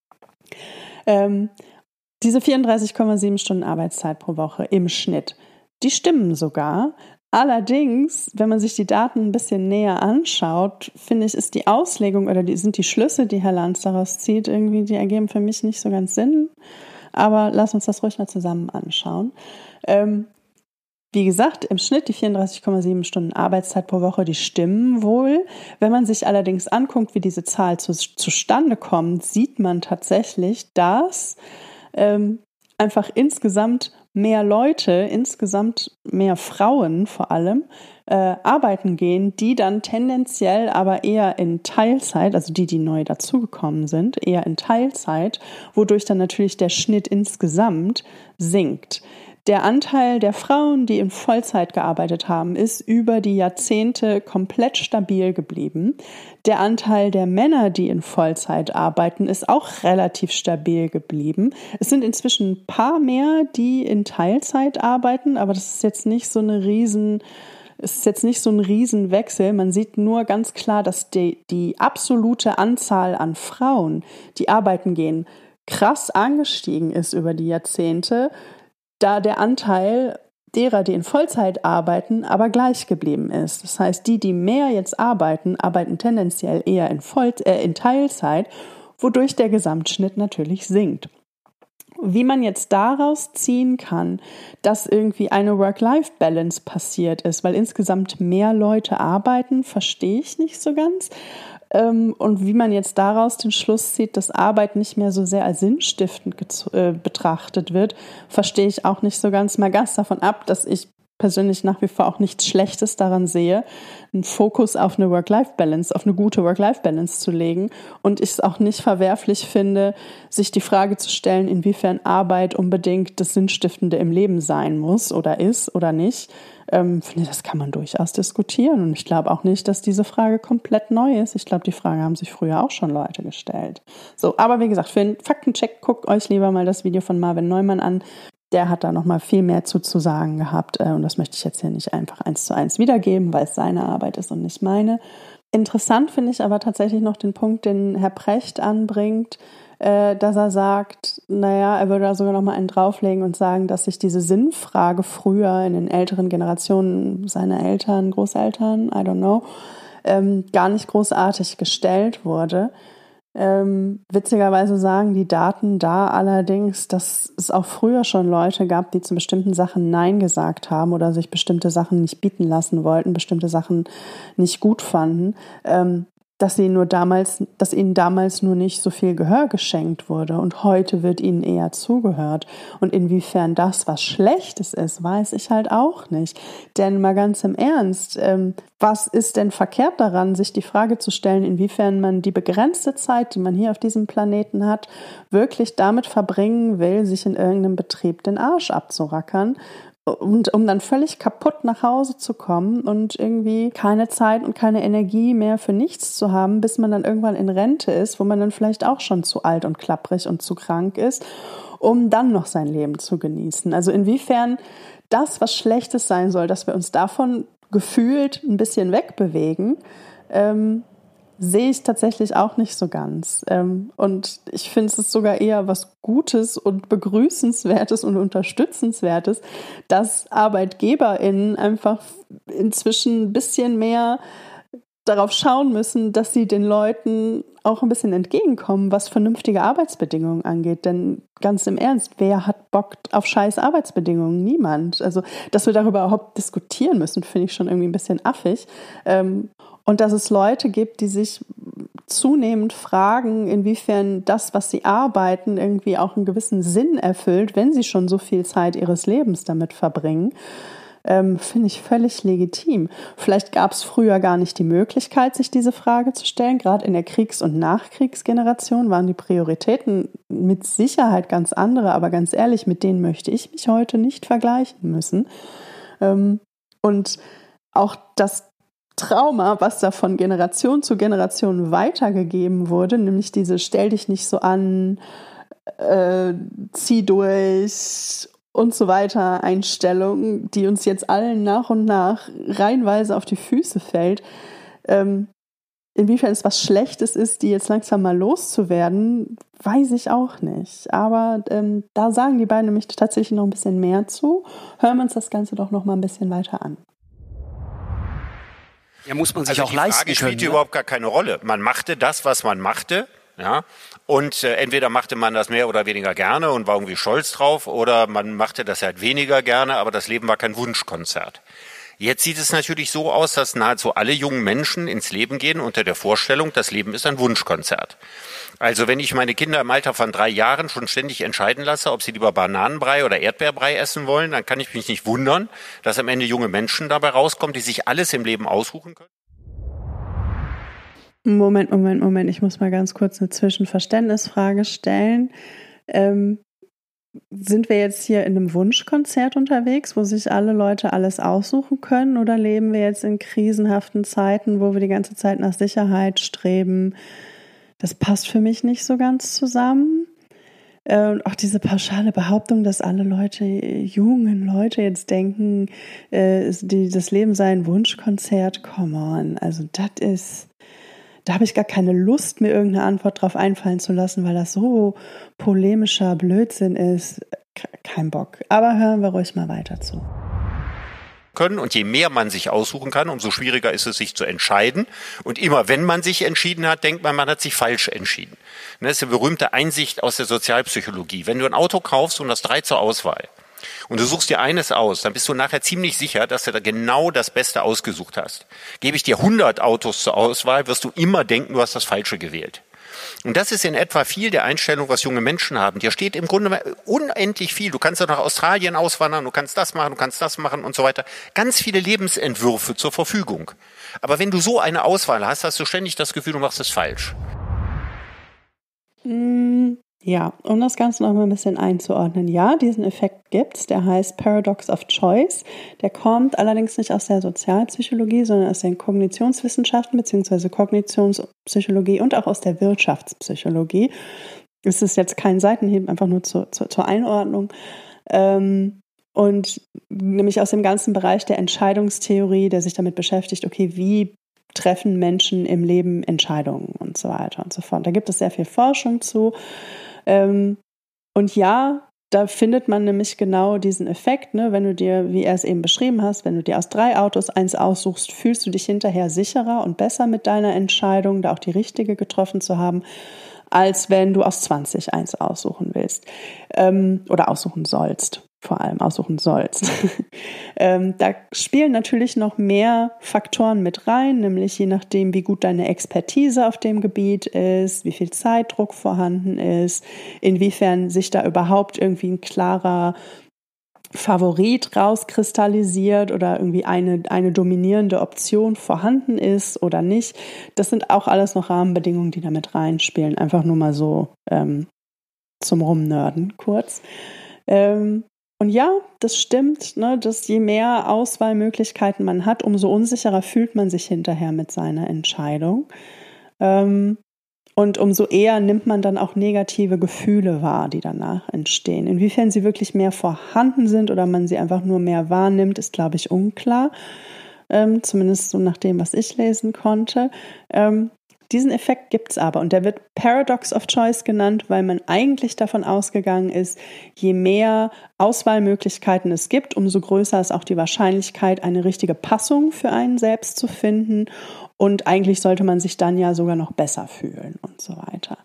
Diese 34,7 Stunden Arbeitszeit pro Woche im Schnitt, die stimmen sogar. Allerdings, wenn man sich die Daten ein bisschen näher anschaut, finde ich, ist die Auslegung oder sind die Schlüsse, die Herr Lanz daraus zieht, irgendwie, die ergeben für mich nicht so ganz Sinn. Aber lass uns das ruhig mal zusammen anschauen. Wie gesagt, im Schnitt die 34,7 Stunden Arbeitszeit pro Woche, die stimmen wohl. Wenn man sich allerdings anguckt, wie diese Zahl zustande kommt, sieht man tatsächlich, dass einfach insgesamt mehr Leute, insgesamt mehr Frauen vor allem, arbeiten gehen, die dann tendenziell aber eher in Teilzeit, also die neu dazugekommen sind, eher in Teilzeit, wodurch dann natürlich der Schnitt insgesamt sinkt. Der Anteil der Frauen, die in Vollzeit gearbeitet haben, ist über die Jahrzehnte komplett stabil geblieben. Der Anteil der Männer, die in Vollzeit arbeiten, ist auch relativ stabil geblieben. Es sind inzwischen ein paar mehr, die in Teilzeit arbeiten, aber das ist jetzt nicht so ein Riesenwechsel. Man sieht nur ganz klar, dass die absolute Anzahl an Frauen, die arbeiten gehen, krass angestiegen ist über die Jahrzehnte, da der Anteil derer, die in Vollzeit arbeiten, aber gleich geblieben ist. Das heißt, die mehr jetzt arbeiten tendenziell eher in Teilzeit, wodurch der Gesamtschnitt natürlich sinkt. Wie man jetzt daraus ziehen kann, dass irgendwie eine Work-Life-Balance passiert ist, weil insgesamt mehr Leute arbeiten, verstehe ich nicht so ganz. Und wie man jetzt daraus den Schluss zieht, dass Arbeit nicht mehr so sehr als sinnstiftend betrachtet wird, verstehe ich auch nicht so ganz. Mal ganz davon ab, dass ich persönlich nach wie vor auch nichts Schlechtes daran sehe, einen Fokus auf eine Work-Life-Balance, auf eine gute Work-Life-Balance zu legen, und ich es auch nicht verwerflich finde, sich die Frage zu stellen, inwiefern Arbeit unbedingt das Sinnstiftende im Leben sein muss oder ist oder nicht. Finde, das kann man durchaus diskutieren, und ich glaube auch nicht, dass diese Frage komplett neu ist. Ich glaube, die Frage haben sich früher auch schon Leute gestellt. So, aber wie gesagt, für einen Faktencheck guckt euch lieber mal das Video von Marvin Neumann an. Der hat da noch mal viel mehr zu sagen gehabt, und das möchte ich jetzt hier nicht einfach 1:1 wiedergeben, weil es seine Arbeit ist und nicht meine. Interessant finde ich aber tatsächlich noch den Punkt, den Herr Precht anbringt, dass er sagt, er würde da sogar noch mal einen drauflegen und sagen, dass sich diese Sinnfrage früher in den älteren Generationen seiner Eltern, Großeltern, I don't know, gar nicht großartig gestellt wurde. Witzigerweise sagen die Daten da allerdings, dass es auch früher schon Leute gab, die zu bestimmten Sachen Nein gesagt haben oder sich bestimmte Sachen nicht bieten lassen wollten, bestimmte Sachen nicht gut fanden, dass ihnen damals nur nicht so viel Gehör geschenkt wurde, und heute wird ihnen eher zugehört. Und inwiefern das was Schlechtes ist, weiß ich halt auch nicht. Denn mal ganz im Ernst, was ist denn verkehrt daran, sich die Frage zu stellen, inwiefern man die begrenzte Zeit, die man hier auf diesem Planeten hat, wirklich damit verbringen will, sich in irgendeinem Betrieb den Arsch abzurackern, und um dann völlig kaputt nach Hause zu kommen und irgendwie keine Zeit und keine Energie mehr für nichts zu haben, bis man dann irgendwann in Rente ist, wo man dann vielleicht auch schon zu alt und klapprig und zu krank ist, um dann noch sein Leben zu genießen. Also inwiefern das was Schlechtes sein soll, dass wir uns davon gefühlt ein bisschen wegbewegen, sehe ich tatsächlich auch nicht so ganz. Und ich finde es sogar eher was Gutes und Begrüßenswertes und Unterstützenswertes, dass ArbeitgeberInnen einfach inzwischen ein bisschen mehr darauf schauen müssen, dass sie den Leuten auch ein bisschen entgegenkommen, was vernünftige Arbeitsbedingungen angeht. Denn ganz im Ernst, wer hat Bock auf scheiß Arbeitsbedingungen? Niemand. Also, dass wir darüber überhaupt diskutieren müssen, finde ich schon irgendwie ein bisschen affig. Und dass es Leute gibt, die sich zunehmend fragen, inwiefern das, was sie arbeiten, irgendwie auch einen gewissen Sinn erfüllt, wenn sie schon so viel Zeit ihres Lebens damit verbringen. Finde ich völlig legitim. Vielleicht gab es früher gar nicht die Möglichkeit, sich diese Frage zu stellen. Gerade in der Kriegs- und Nachkriegsgeneration waren die Prioritäten mit Sicherheit ganz andere, aber ganz ehrlich, mit denen möchte ich mich heute nicht vergleichen müssen. Und auch das Trauma, was da von Generation zu Generation weitergegeben wurde, nämlich diese stell dich nicht so an, zieh durch und so weiter Einstellung, die uns jetzt allen nach und nach reihenweise auf die Füße fällt. Inwiefern es was Schlechtes ist, die jetzt langsam mal loszuwerden, weiß ich auch nicht. Aber da sagen die beiden nämlich tatsächlich noch ein bisschen mehr zu. Hören wir uns das Ganze doch noch mal ein bisschen weiter an. Ja, muss man sich also auch leisten können. Die Frage spielt überhaupt gar keine Rolle. Man machte das, was man machte, ja. Und entweder machte man das mehr oder weniger gerne und war irgendwie stolz drauf, oder man machte das halt weniger gerne, aber das Leben war kein Wunschkonzert. Jetzt sieht es natürlich so aus, dass nahezu alle jungen Menschen ins Leben gehen unter der Vorstellung, das Leben ist ein Wunschkonzert. Also wenn ich meine Kinder im Alter von 3 Jahren schon ständig entscheiden lasse, ob sie lieber Bananenbrei oder Erdbeerbrei essen wollen, dann kann ich mich nicht wundern, dass am Ende junge Menschen dabei rauskommen, die sich alles im Leben aussuchen können. Moment. Ich muss mal ganz kurz eine Zwischenverständnisfrage stellen. Sind wir jetzt hier in einem Wunschkonzert unterwegs, wo sich alle Leute alles aussuchen können, oder leben wir jetzt in krisenhaften Zeiten, wo wir die ganze Zeit nach Sicherheit streben? Das passt für mich nicht so ganz zusammen. Und auch diese pauschale Behauptung, dass alle jungen Leute jetzt denken, das Leben sei ein Wunschkonzert, come on. Also da habe ich gar keine Lust, mir irgendeine Antwort drauf einfallen zu lassen, weil das so polemischer Blödsinn ist. Kein Bock. Aber hören wir ruhig mal weiter zu. Und je mehr man sich aussuchen kann, umso schwieriger ist es, sich zu entscheiden. Und immer wenn man sich entschieden hat, denkt man hat sich falsch entschieden. Das ist eine berühmte Einsicht aus der Sozialpsychologie. Wenn du ein Auto kaufst und hast 3 zur Auswahl und du suchst dir eines aus, dann bist du nachher ziemlich sicher, dass du da genau das Beste ausgesucht hast. Gebe ich dir 100 Autos zur Auswahl, wirst du immer denken, du hast das Falsche gewählt. Und das ist in etwa viel der Einstellung, was junge Menschen haben. Dir steht im Grunde unendlich viel. Du kannst ja nach Australien auswandern, du kannst das machen und so weiter. Ganz viele Lebensentwürfe zur Verfügung. Aber wenn du so eine Auswahl hast, hast du ständig das Gefühl, du machst es falsch. Ja, um das Ganze noch mal ein bisschen einzuordnen. Ja, diesen Effekt gibt's, der heißt Paradox of Choice. Der kommt allerdings nicht aus der Sozialpsychologie, sondern aus den Kognitionswissenschaften bzw. Kognitionspsychologie und auch aus der Wirtschaftspsychologie. Es ist jetzt kein Seitenhieb, einfach nur zur Einordnung. Und nämlich aus dem ganzen Bereich der Entscheidungstheorie, der sich damit beschäftigt, okay, wie treffen Menschen im Leben Entscheidungen und so weiter und so fort. Da gibt es sehr viel Forschung zu. Und ja, da findet man nämlich genau diesen Effekt, ne? Wenn du dir, wie er es eben beschrieben hast, wenn du dir aus 3 Autos eins aussuchst, fühlst du dich hinterher sicherer und besser mit deiner Entscheidung, da auch die richtige getroffen zu haben, als wenn du aus 20 eins aussuchen willst oder aussuchen sollst. Vor allem aussuchen sollst. Da spielen natürlich noch mehr Faktoren mit rein, nämlich je nachdem, wie gut deine Expertise auf dem Gebiet ist, wie viel Zeitdruck vorhanden ist, inwiefern sich da überhaupt irgendwie ein klarer Favorit rauskristallisiert oder irgendwie eine dominierende Option vorhanden ist oder nicht. Das sind auch alles noch Rahmenbedingungen, die da mit reinspielen. Einfach nur mal so zum Rumnörden kurz. Und ja, das stimmt, ne, dass je mehr Auswahlmöglichkeiten man hat, umso unsicherer fühlt man sich hinterher mit seiner Entscheidung. Und umso eher nimmt man dann auch negative Gefühle wahr, die danach entstehen. Inwiefern sie wirklich mehr vorhanden sind oder man sie einfach nur mehr wahrnimmt, ist, glaube ich, unklar. Zumindest so nach dem, was ich lesen konnte. Diesen Effekt gibt's aber und der wird Paradox of Choice genannt, weil man eigentlich davon ausgegangen ist, je mehr Auswahlmöglichkeiten es gibt, umso größer ist auch die Wahrscheinlichkeit, eine richtige Passung für einen selbst zu finden und eigentlich sollte man sich dann ja sogar noch besser fühlen und so weiter.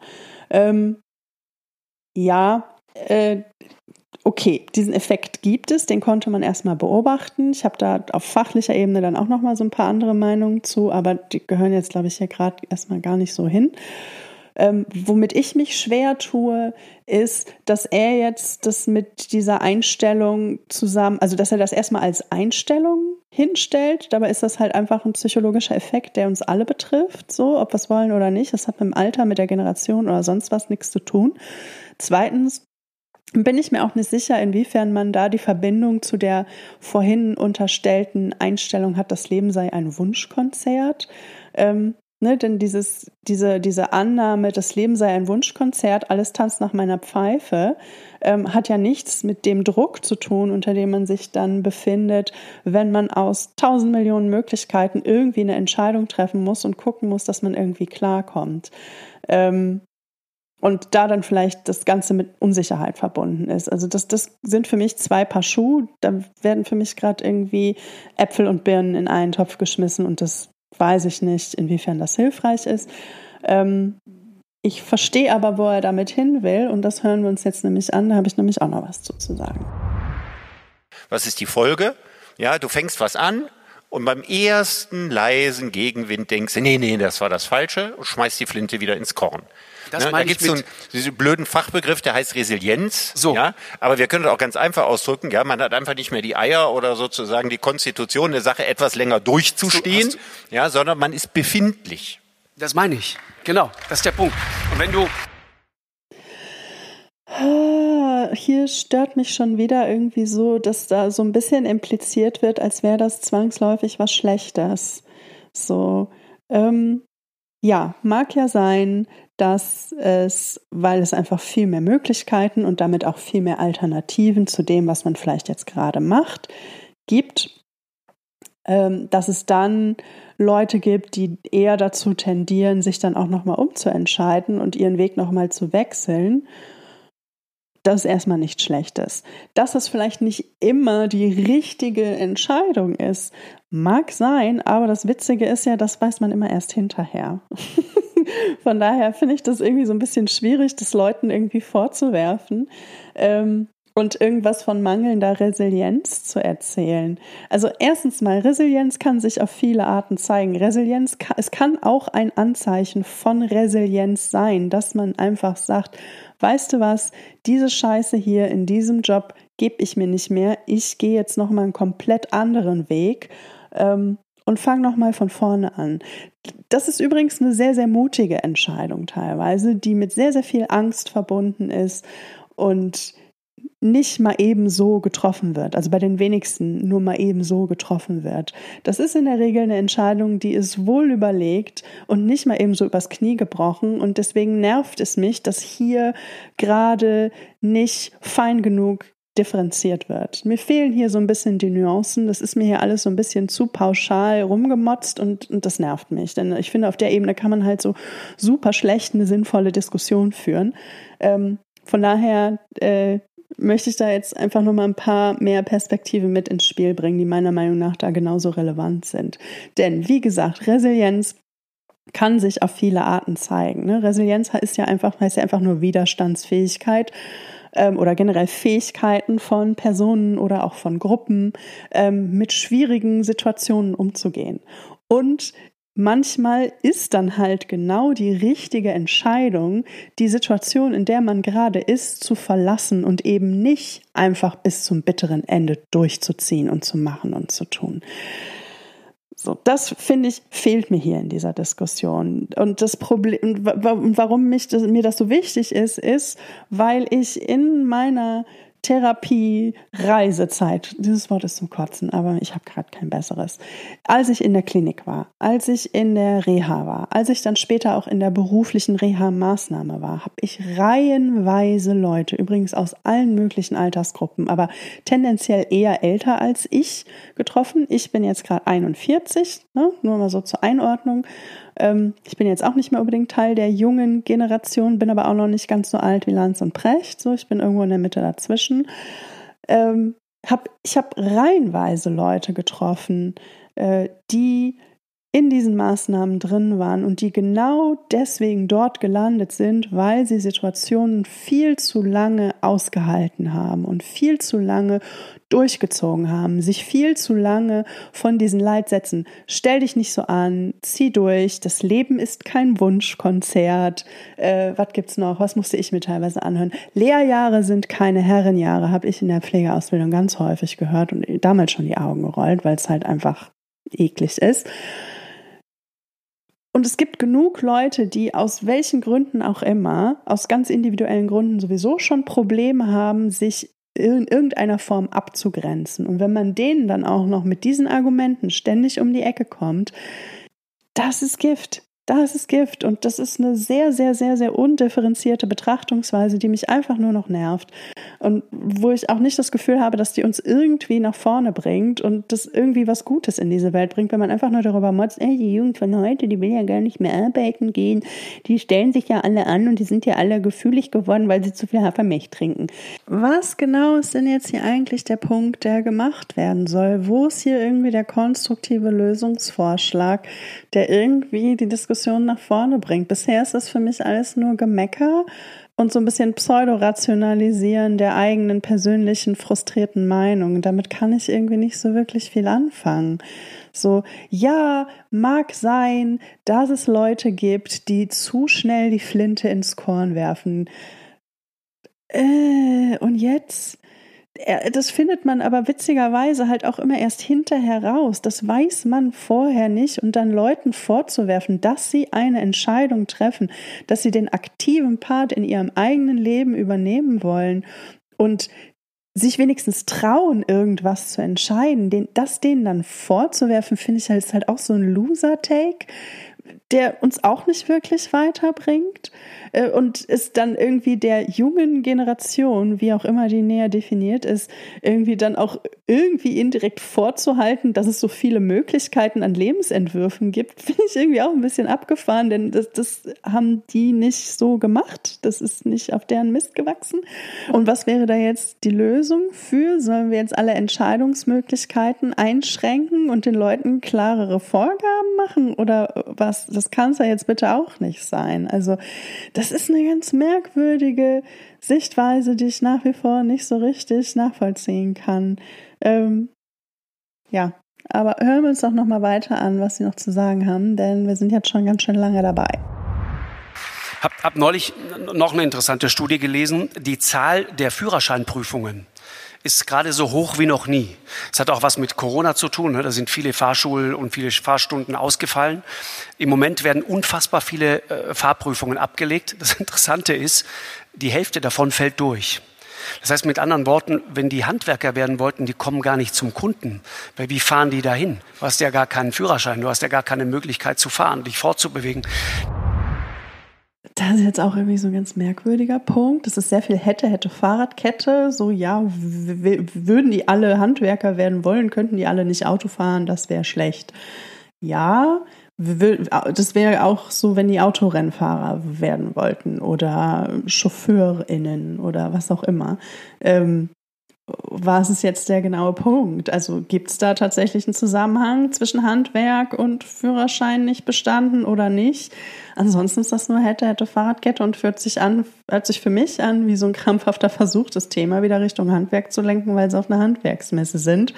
Okay, diesen Effekt gibt es, den konnte man erstmal beobachten. Ich habe da auf fachlicher Ebene dann auch nochmal so ein paar andere Meinungen zu, aber die gehören jetzt, glaube ich, hier gerade erstmal gar nicht so hin. Womit ich mich schwer tue, ist, dass er jetzt das mit dieser Einstellung zusammen, also dass er das erstmal als Einstellung hinstellt. Dabei ist das halt einfach ein psychologischer Effekt, der uns alle betrifft, so, ob wir es wollen oder nicht. Das hat mit dem Alter, mit der Generation oder sonst was nichts zu tun. Zweitens bin ich mir auch nicht sicher, inwiefern man da die Verbindung zu der vorhin unterstellten Einstellung hat, das Leben sei ein Wunschkonzert. Denn diese Annahme, das Leben sei ein Wunschkonzert, alles tanzt nach meiner Pfeife, hat ja nichts mit dem Druck zu tun, unter dem man sich dann befindet, wenn man aus 1000 Millionen Möglichkeiten irgendwie eine Entscheidung treffen muss und gucken muss, dass man irgendwie klarkommt. Und da dann vielleicht das Ganze mit Unsicherheit verbunden ist. Also das sind für mich zwei Paar Schuhe. Da werden für mich gerade irgendwie Äpfel und Birnen in einen Topf geschmissen und das weiß ich nicht, inwiefern das hilfreich ist. Ich verstehe aber, wo er damit hin will und das hören wir uns jetzt nämlich an. Da habe ich nämlich auch noch was zu sagen. Was ist die Folge? Ja, du fängst was an und beim ersten leisen Gegenwind denkst du, nee, das war das Falsche und schmeißt die Flinte wieder ins Korn. Da gibt es so diesen blöden Fachbegriff, der heißt Resilienz. So. Ja, aber wir können das auch ganz einfach ausdrücken. Ja, man hat einfach nicht mehr die Eier oder sozusagen die Konstitution, eine Sache etwas länger durchzustehen, ja, sondern man ist befindlich. Das meine ich. Genau, das ist der Punkt. Und wenn du... Hier stört mich schon wieder irgendwie so, dass da so ein bisschen impliziert wird, als wäre das zwangsläufig was Schlechtes. So, ja, mag ja sein, dass es, weil es einfach viel mehr Möglichkeiten und damit auch viel mehr Alternativen zu dem, was man vielleicht jetzt gerade macht, gibt, dass es dann Leute gibt, die eher dazu tendieren, sich dann auch nochmal umzuentscheiden und ihren Weg nochmal zu wechseln. Das ist erstmal nichts Schlechtes. Dass es vielleicht nicht immer die richtige Entscheidung ist, mag sein, aber das Witzige ist ja, das weiß man immer erst hinterher. Von daher finde ich das irgendwie so ein bisschen schwierig, das Leuten irgendwie vorzuwerfen und irgendwas von mangelnder Resilienz zu erzählen. Also erstens mal, Resilienz kann sich auf viele Arten zeigen. Es kann auch ein Anzeichen von Resilienz sein, dass man einfach sagt, weißt du was, diese Scheiße hier in diesem Job gebe ich mir nicht mehr. Ich gehe jetzt nochmal einen komplett anderen Weg und fange nochmal von vorne an. Das ist übrigens eine sehr, sehr mutige Entscheidung teilweise, die mit sehr, sehr viel Angst verbunden ist und nicht mal eben so getroffen wird, also bei den wenigsten nur mal eben so getroffen wird. Das ist in der Regel eine Entscheidung, die ist wohl überlegt und nicht mal eben so übers Knie gebrochen und deswegen nervt es mich, dass hier gerade nicht fein genug differenziert wird. Mir fehlen hier so ein bisschen die Nuancen, das ist mir hier alles so ein bisschen zu pauschal rumgemotzt und das nervt mich, denn ich finde, auf der Ebene kann man halt so super schlecht eine sinnvolle Diskussion führen. Von daher möchte ich da jetzt einfach nochmal ein paar mehr Perspektiven mit ins Spiel bringen, die meiner Meinung nach da genauso relevant sind. Denn, wie gesagt, Resilienz kann sich auf viele Arten zeigen. Ne? Resilienz heißt ja einfach nur Widerstandsfähigkeit oder generell Fähigkeiten von Personen oder auch von Gruppen, mit schwierigen Situationen umzugehen. Und manchmal ist dann halt genau die richtige Entscheidung, die Situation, in der man gerade ist, zu verlassen und eben nicht einfach bis zum bitteren Ende durchzuziehen und zu machen und zu tun. So, das finde ich, fehlt mir hier in dieser Diskussion. Und das Problem, warum mir das so wichtig ist, weil ich in meiner Therapie-Reisezeit, dieses Wort ist zum Kotzen, aber ich habe gerade kein besseres, als ich in der Klinik war, als ich in der Reha war, als ich dann später auch in der beruflichen Reha-Maßnahme war, habe ich reihenweise Leute, übrigens aus allen möglichen Altersgruppen, aber tendenziell eher älter als ich getroffen. Ich bin jetzt gerade 41, ne? Nur mal so zur Einordnung. Ich bin jetzt auch nicht mehr unbedingt Teil der jungen Generation, bin aber auch noch nicht ganz so alt wie Lanz und Precht. So, ich bin irgendwo in der Mitte dazwischen. Ich habe reihenweise Leute getroffen, die in diesen Maßnahmen drin waren und die genau deswegen dort gelandet sind, weil sie Situationen viel zu lange ausgehalten haben und viel zu lange durchgezogen haben, sich viel zu lange von diesen Leitsätzen, stell dich nicht so an, zieh durch, das Leben ist kein Wunschkonzert, was gibt's noch, was musste ich mir teilweise anhören, Lehrjahre sind keine Herrenjahre, habe ich in der Pflegeausbildung ganz häufig gehört und damals schon die Augen gerollt, weil es halt einfach eklig ist. Und es gibt genug Leute, die aus welchen Gründen auch immer, aus ganz individuellen Gründen sowieso schon Probleme haben, sich in irgendeiner Form abzugrenzen. Und wenn man denen dann auch noch mit diesen Argumenten ständig um die Ecke kommt, das ist Gift. Das ist Gift und das ist eine sehr, sehr, sehr, sehr undifferenzierte Betrachtungsweise, die mich einfach nur noch nervt und wo ich auch nicht das Gefühl habe, dass die uns irgendwie nach vorne bringt und das irgendwie was Gutes in diese Welt bringt, wenn man einfach nur darüber motzt, die Jugend von heute, die will ja gar nicht mehr arbeiten gehen, die stellen sich ja alle an und die sind ja alle gefühlig geworden, weil sie zu viel Hafermilch trinken. Was genau ist denn jetzt hier eigentlich der Punkt, der gemacht werden soll? Wo ist hier irgendwie der konstruktive Lösungsvorschlag, der irgendwie die Diskussion nach vorne bringt? Bisher ist das für mich alles nur Gemecker und so ein bisschen Pseudo-Rationalisieren der eigenen persönlichen frustrierten Meinung. Damit kann ich irgendwie nicht so wirklich viel anfangen. So, ja, mag sein, dass es Leute gibt, die zu schnell die Flinte ins Korn werfen. Und jetzt? Das findet man aber witzigerweise halt auch immer erst hinterher raus. Das weiß man vorher nicht und dann Leuten vorzuwerfen, dass sie eine Entscheidung treffen, dass sie den aktiven Part in ihrem eigenen Leben übernehmen wollen und sich wenigstens trauen, irgendwas zu entscheiden, das denen dann vorzuwerfen, finde ich halt auch so ein Loser-Take, der uns auch nicht wirklich weiterbringt und ist dann irgendwie der jungen Generation, wie auch immer die näher definiert ist, irgendwie dann auch irgendwie indirekt vorzuhalten, dass es so viele Möglichkeiten an Lebensentwürfen gibt, finde ich irgendwie auch ein bisschen abgefahren, denn das haben die nicht so gemacht. Das ist nicht auf deren Mist gewachsen. Und was wäre da jetzt die Lösung für? Sollen wir jetzt alle Entscheidungsmöglichkeiten einschränken und den Leuten klarere Vorgaben machen oder was? Das kann es ja jetzt bitte auch nicht sein. Also das ist eine ganz merkwürdige Sichtweise, die ich nach wie vor nicht so richtig nachvollziehen kann. Ja, aber hören wir uns doch nochmal weiter an, was Sie noch zu sagen haben, denn wir sind jetzt schon ganz schön lange dabei. Hab neulich noch eine interessante Studie gelesen. Die Zahl der Führerscheinprüfungen ist gerade so hoch wie noch nie. Es hat auch was mit Corona zu tun. Da sind viele Fahrschul- und viele Fahrstunden ausgefallen. Im Moment werden unfassbar viele Fahrprüfungen abgelegt. Das Interessante ist, die Hälfte davon fällt durch. Das heißt mit anderen Worten, wenn die Handwerker werden wollten, die kommen gar nicht zum Kunden. Weil wie fahren die dahin? Du hast ja gar keinen Führerschein, du hast ja gar keine Möglichkeit zu fahren, dich fortzubewegen. Das ist jetzt auch irgendwie so ein ganz merkwürdiger Punkt. Das ist sehr viel hätte Fahrradkette. So, ja, würden die alle Handwerker werden wollen, könnten die alle nicht Auto fahren, das wäre schlecht. Ja, das wäre auch so, wenn die Autorennfahrer werden wollten oder ChauffeurInnen oder was auch immer. Was ist jetzt der genaue Punkt? Also gibt es da tatsächlich einen Zusammenhang zwischen Handwerk und Führerschein nicht bestanden oder nicht? Ansonsten ist das nur hätte Fahrradkette und hört sich für mich an wie so ein krampfhafter Versuch, das Thema wieder Richtung Handwerk zu lenken, weil sie auf einer Handwerksmesse sind.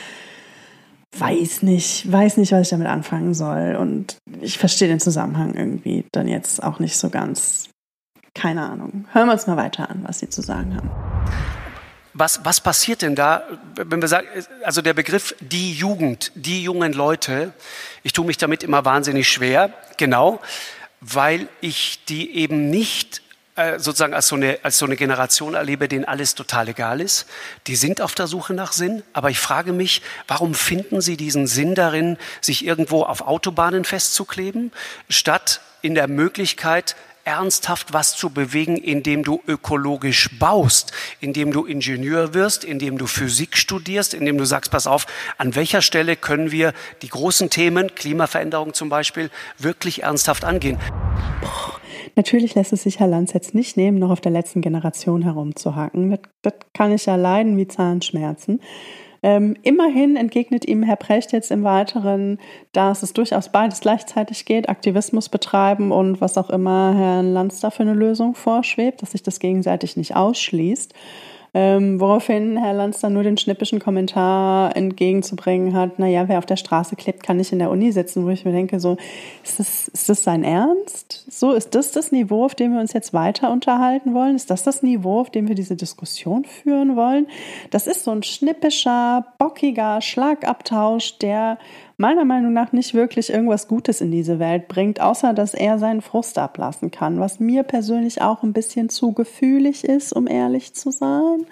Weiß nicht, was ich damit anfangen soll. Und ich verstehe den Zusammenhang irgendwie dann jetzt auch nicht so ganz. Keine Ahnung. Hören wir uns mal weiter an, was Sie zu sagen haben. Was passiert denn da, wenn wir sagen, also der Begriff die Jugend, die jungen Leute, ich tue mich damit immer wahnsinnig schwer, genau, weil ich die eben nicht sozusagen als so eine Generation erlebe, denen alles total egal ist. Die sind auf der Suche nach Sinn, aber ich frage mich, warum finden sie diesen Sinn darin, sich irgendwo auf Autobahnen festzukleben, statt in der Möglichkeit, ernsthaft was zu bewegen, indem du ökologisch baust, indem du Ingenieur wirst, indem du Physik studierst, indem du sagst, pass auf, an welcher Stelle können wir die großen Themen, Klimaveränderung zum Beispiel, wirklich ernsthaft angehen. Natürlich lässt es sich Herr Lanz jetzt nicht nehmen, noch auf der letzten Generation herumzuhacken. Das kann ich ja leiden wie Zahnschmerzen. Immerhin entgegnet ihm Herr Precht jetzt im Weiteren, dass es durchaus beides gleichzeitig geht, Aktivismus betreiben und was auch immer Herrn Lanz da für eine Lösung vorschwebt, dass sich das gegenseitig nicht ausschließt. Woraufhin Herr Lanz dann nur den schnippischen Kommentar entgegenzubringen hat, naja, wer auf der Straße klebt, kann nicht in der Uni sitzen, wo ich mir denke, so, ist das sein Ernst? So, ist das Niveau, auf dem wir uns jetzt weiter unterhalten wollen? Ist das Niveau, auf dem wir diese Diskussion führen wollen? Das ist so ein schnippischer, bockiger Schlagabtausch, der meiner Meinung nach nicht wirklich irgendwas Gutes in diese Welt bringt, außer dass er seinen Frust ablassen kann, was mir persönlich auch ein bisschen zu gefühlig ist, um ehrlich zu sein.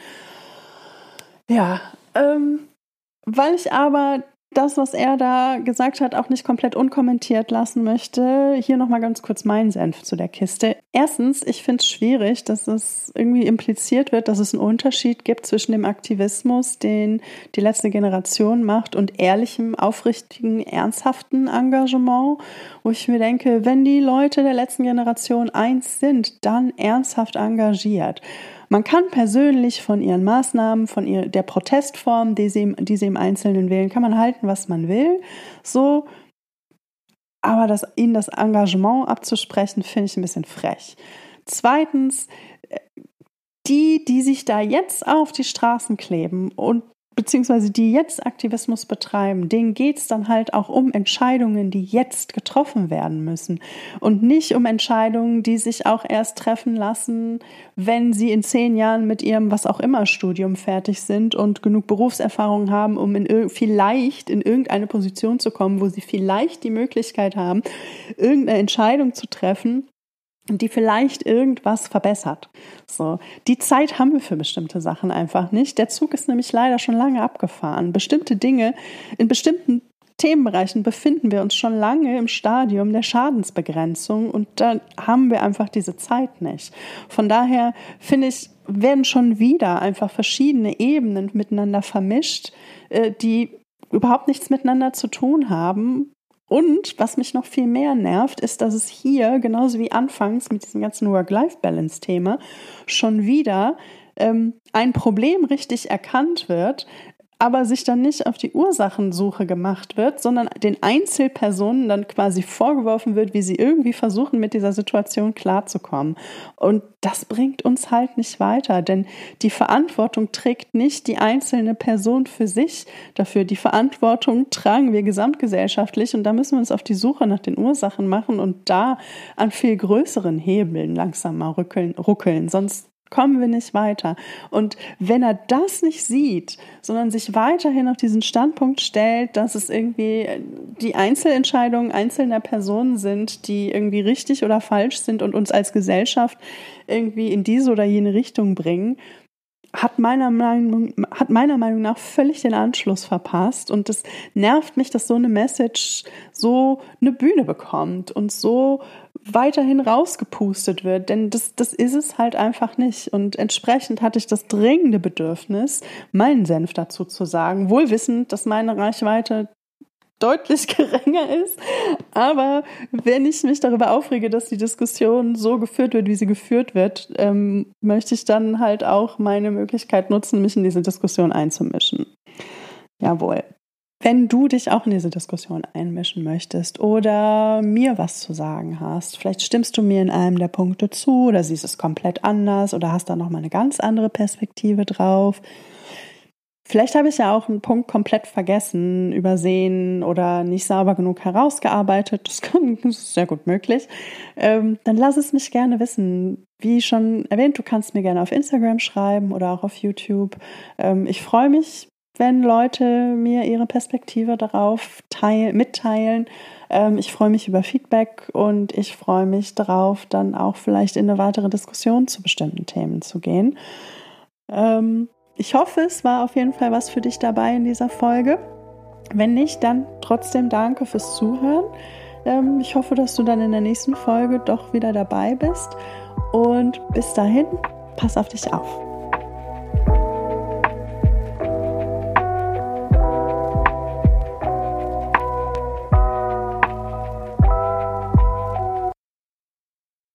Ja, weil ich aber das, was er da gesagt hat, auch nicht komplett unkommentiert lassen möchte. Hier nochmal ganz kurz mein Senf zu der Kiste. Erstens, ich finde es schwierig, dass es irgendwie impliziert wird, dass es einen Unterschied gibt zwischen dem Aktivismus, den die letzte Generation macht, und ehrlichem, aufrichtigen, ernsthaften Engagement, wo ich mir denke, wenn die Leute der letzten Generation eins sind, dann ernsthaft engagiert. Man kann persönlich von ihren Maßnahmen, von der Protestform, die sie im Einzelnen wählen, kann man halten, was man will. So, aber ihnen das Engagement abzusprechen, finde ich ein bisschen frech. Zweitens, die sich da jetzt auf die Straßen kleben und beziehungsweise die jetzt Aktivismus betreiben, denen geht es dann halt auch um Entscheidungen, die jetzt getroffen werden müssen und nicht um Entscheidungen, die sich auch erst treffen lassen, wenn sie in 10 Jahren mit ihrem was auch immer Studium fertig sind und genug Berufserfahrung haben, um vielleicht in irgendeine Position zu kommen, wo sie vielleicht die Möglichkeit haben, irgendeine Entscheidung zu treffen, die vielleicht irgendwas verbessert. So, die Zeit haben wir für bestimmte Sachen einfach nicht. Der Zug ist nämlich leider schon lange abgefahren. Bestimmte Dinge, in bestimmten Themenbereichen befinden wir uns schon lange im Stadium der Schadensbegrenzung und da haben wir einfach diese Zeit nicht. Von daher finde ich, werden schon wieder einfach verschiedene Ebenen miteinander vermischt, die überhaupt nichts miteinander zu tun haben. Und was mich noch viel mehr nervt, ist, dass es hier, genauso wie anfangs mit diesem ganzen Work-Life-Balance-Thema, schon wieder ein Problem richtig erkannt wird, aber sich dann nicht auf die Ursachensuche gemacht wird, sondern den Einzelpersonen dann quasi vorgeworfen wird, wie sie irgendwie versuchen, mit dieser Situation klarzukommen. Und das bringt uns halt nicht weiter, denn die Verantwortung trägt nicht die einzelne Person für sich dafür. Die Verantwortung tragen wir gesamtgesellschaftlich und da müssen wir uns auf die Suche nach den Ursachen machen und da an viel größeren Hebeln langsam mal ruckeln, sonst kommen wir nicht weiter. Und wenn er das nicht sieht, sondern sich weiterhin auf diesen Standpunkt stellt, dass es irgendwie die Einzelentscheidungen einzelner Personen sind, die irgendwie richtig oder falsch sind und uns als Gesellschaft irgendwie in diese oder jene Richtung bringen, hat meiner Meinung nach völlig den Anschluss verpasst. Und es nervt mich, dass so eine Message so eine Bühne bekommt und so weiterhin rausgepustet wird, denn das ist es halt einfach nicht. Und entsprechend hatte ich das dringende Bedürfnis, meinen Senf dazu zu sagen, wohl wissend, dass meine Reichweite deutlich geringer ist. Aber wenn ich mich darüber aufrege, dass die Diskussion so geführt wird, wie sie geführt wird, möchte ich dann halt auch meine Möglichkeit nutzen, mich in diese Diskussion einzumischen. Jawohl. Wenn du dich auch in diese Diskussion einmischen möchtest oder mir was zu sagen hast, vielleicht stimmst du mir in einem der Punkte zu oder siehst es komplett anders oder hast da nochmal eine ganz andere Perspektive drauf. Vielleicht habe ich ja auch einen Punkt komplett vergessen, übersehen oder nicht sauber genug herausgearbeitet. Das ist sehr gut möglich. Dann lass es mich gerne wissen. Wie schon erwähnt, du kannst mir gerne auf Instagram schreiben oder auch auf YouTube. Ich freue mich, wenn Leute mir ihre Perspektive darauf mitteilen. Ich freue mich über Feedback und ich freue mich darauf, dann auch vielleicht in eine weitere Diskussion zu bestimmten Themen zu gehen. Ich hoffe, es war auf jeden Fall was für dich dabei in dieser Folge. Wenn nicht, dann trotzdem danke fürs Zuhören. Ich hoffe, dass du dann in der nächsten Folge doch wieder dabei bist. Und bis dahin, pass auf dich auf.